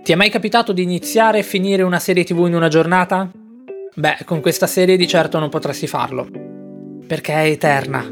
Ti è mai capitato di iniziare e finire una serie TV in una giornata? Beh, con questa serie di certo non potresti farlo, perché è eterna.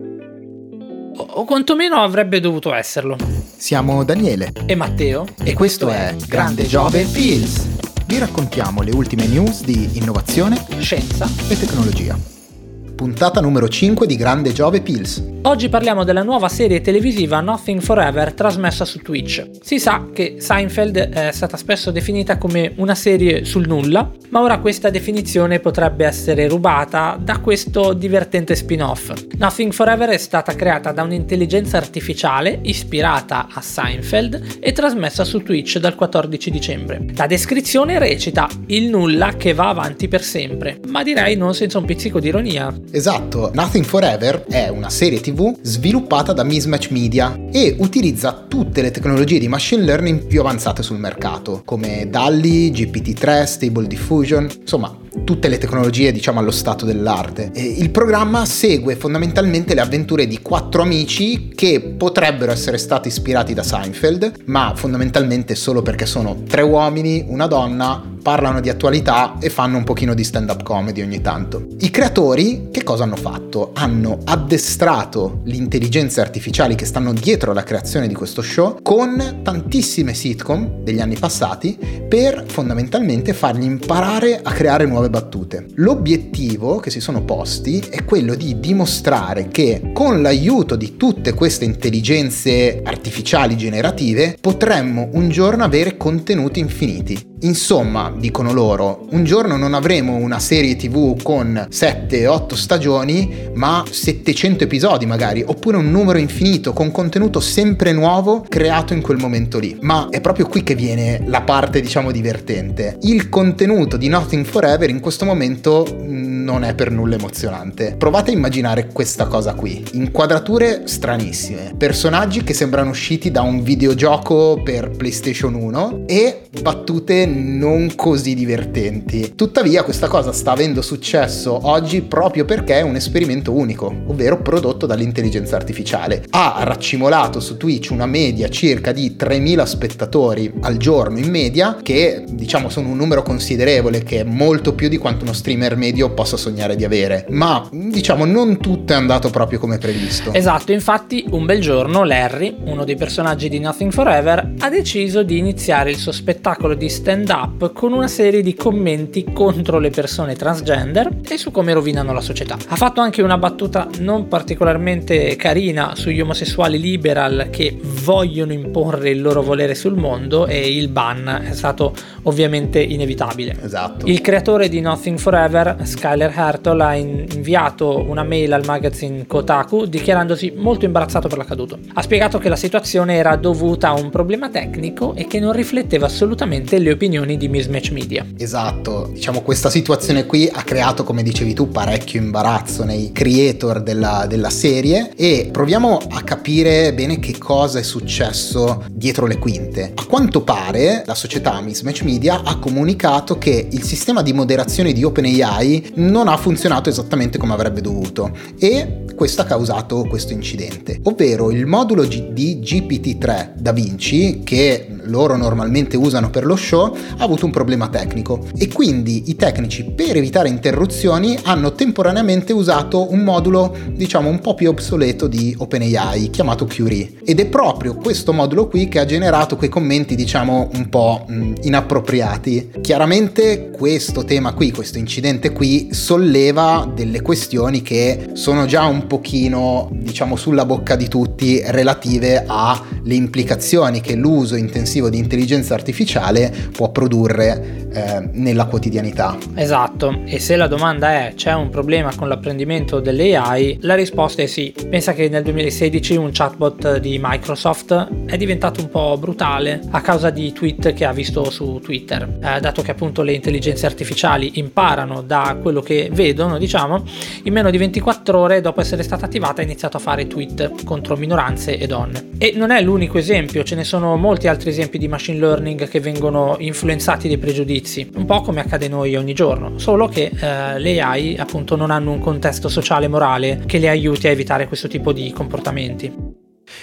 O quantomeno avrebbe dovuto esserlo. Siamo Daniele E Matteo. e questo è Grande Giove Pills. Vi raccontiamo le ultime news di innovazione, Scienza. e tecnologia. Puntata numero 5 di Grande Giove Pills. Oggi parliamo della nuova serie televisiva Nothing Forever trasmessa su Twitch. Si sa che Seinfeld è stata spesso definita come una serie sul nulla, ma ora questa definizione potrebbe essere rubata da questo divertente spin-off. Nothing Forever è stata creata da un'intelligenza artificiale ispirata a Seinfeld e trasmessa su Twitch dal 14 dicembre. La descrizione recita: il nulla che va avanti per sempre, ma direi non senza un pizzico di ironia. Esatto, Nothing Forever è una serie TV sviluppata da Mismatch Media e utilizza tutte le tecnologie di machine learning più avanzate sul mercato, come DALL-E, GPT-3, Stable Diffusion, insomma tutte le tecnologie diciamo allo stato dell'arte. E il programma segue fondamentalmente le avventure di 4 amici che potrebbero essere stati ispirati da Seinfeld, ma fondamentalmente solo perché sono 3 uomini, una donna, parlano di attualità e fanno un pochino di stand-up comedy ogni tanto. I creatori che cosa hanno fatto? Hanno addestrato le intelligenze artificiali che stanno dietro alla creazione di questo show con tantissime sitcom degli anni passati per fondamentalmente fargli imparare a creare nuove battute. L'obiettivo che si sono posti è quello di dimostrare che con l'aiuto di tutte queste intelligenze artificiali generative potremmo un giorno avere contenuti infiniti. Insomma, dicono loro, un giorno non avremo una serie TV con 7-8 stagioni, ma 700 episodi magari, oppure un numero infinito con contenuto sempre nuovo creato in quel momento lì. Ma è proprio qui che viene la parte, diciamo, divertente. Il contenuto di Nothing Forever in questo momento non è per nulla emozionante. Provate a immaginare questa cosa qui. Inquadrature stranissime, personaggi che sembrano usciti da un videogioco per PlayStation 1 e battute non così divertenti. Tuttavia questa cosa sta avendo successo oggi proprio perché è un esperimento unico, ovvero prodotto dall'intelligenza artificiale. Ha raccimolato su Twitch una media circa di 3.000 spettatori al giorno in media, che diciamo sono un numero considerevole, che è molto più di quanto uno streamer medio possa sognare di avere, ma diciamo non tutto è andato proprio come previsto. Esatto, infatti un bel giorno Larry, uno dei personaggi di Nothing Forever, ha deciso di iniziare il suo spettacolo di stand-up con una serie di commenti contro le persone transgender e su come rovinano la società. Ha fatto anche una battuta non particolarmente carina sugli omosessuali liberal che vogliono imporre il loro volere sul mondo, e il ban è stato ovviamente inevitabile. Esatto. Il creatore di Nothing Forever, Skyler Hertol, ha inviato una mail al magazine Kotaku dichiarandosi molto imbarazzato per l'accaduto. Ha spiegato che la situazione era dovuta a un problema tecnico e che non rifletteva assolutamente le opinioni di Mismatch Media. Esatto, diciamo questa situazione qui ha creato, come dicevi tu, parecchio imbarazzo nei creator della serie, e proviamo a capire bene che cosa è successo dietro le quinte. A quanto pare la società Mismatch Media ha comunicato che il sistema di moderazione di OpenAI non ha funzionato esattamente come avrebbe dovuto, e questo ha causato questo incidente, ovvero il modulo di GPT-3 Da Vinci, che loro normalmente usano per lo show, ha avuto un problema tecnico, e quindi i tecnici, per evitare interruzioni, hanno temporaneamente usato un modulo diciamo un po' più obsoleto di OpenAI chiamato Curie, ed è proprio questo modulo qui che ha generato quei commenti diciamo un po' inappropriati. Chiaramente questo tema qui, questo incidente qui, solleva delle questioni che sono già un pochino diciamo sulla bocca di tutti, relative alle implicazioni che l'uso intensivo di intelligenza artificiale può produrre nella quotidianità. Esatto, e se la domanda è: c'è un problema con l'apprendimento delle AI? La risposta è sì. Pensa che nel 2016 un chatbot di Microsoft è diventato un po' brutale a causa di tweet che ha visto su Twitter. Dato che appunto le intelligenze artificiali imparano da quello che vedono, diciamo, in meno di 24 ore dopo essere stata attivata ha iniziato a fare tweet contro minoranze e donne. E non è l'unico esempio, ce ne sono molti altri esempi di machine learning che vengono influenzati dai pregiudizi, un po' come accade noi ogni giorno, solo che le AI appunto non hanno un contesto sociale e morale che le aiuti a evitare questo tipo di comportamenti.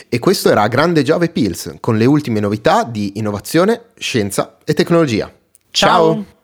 E questo era Grande Giove Pills, con le ultime novità di innovazione, scienza e tecnologia. Ciao!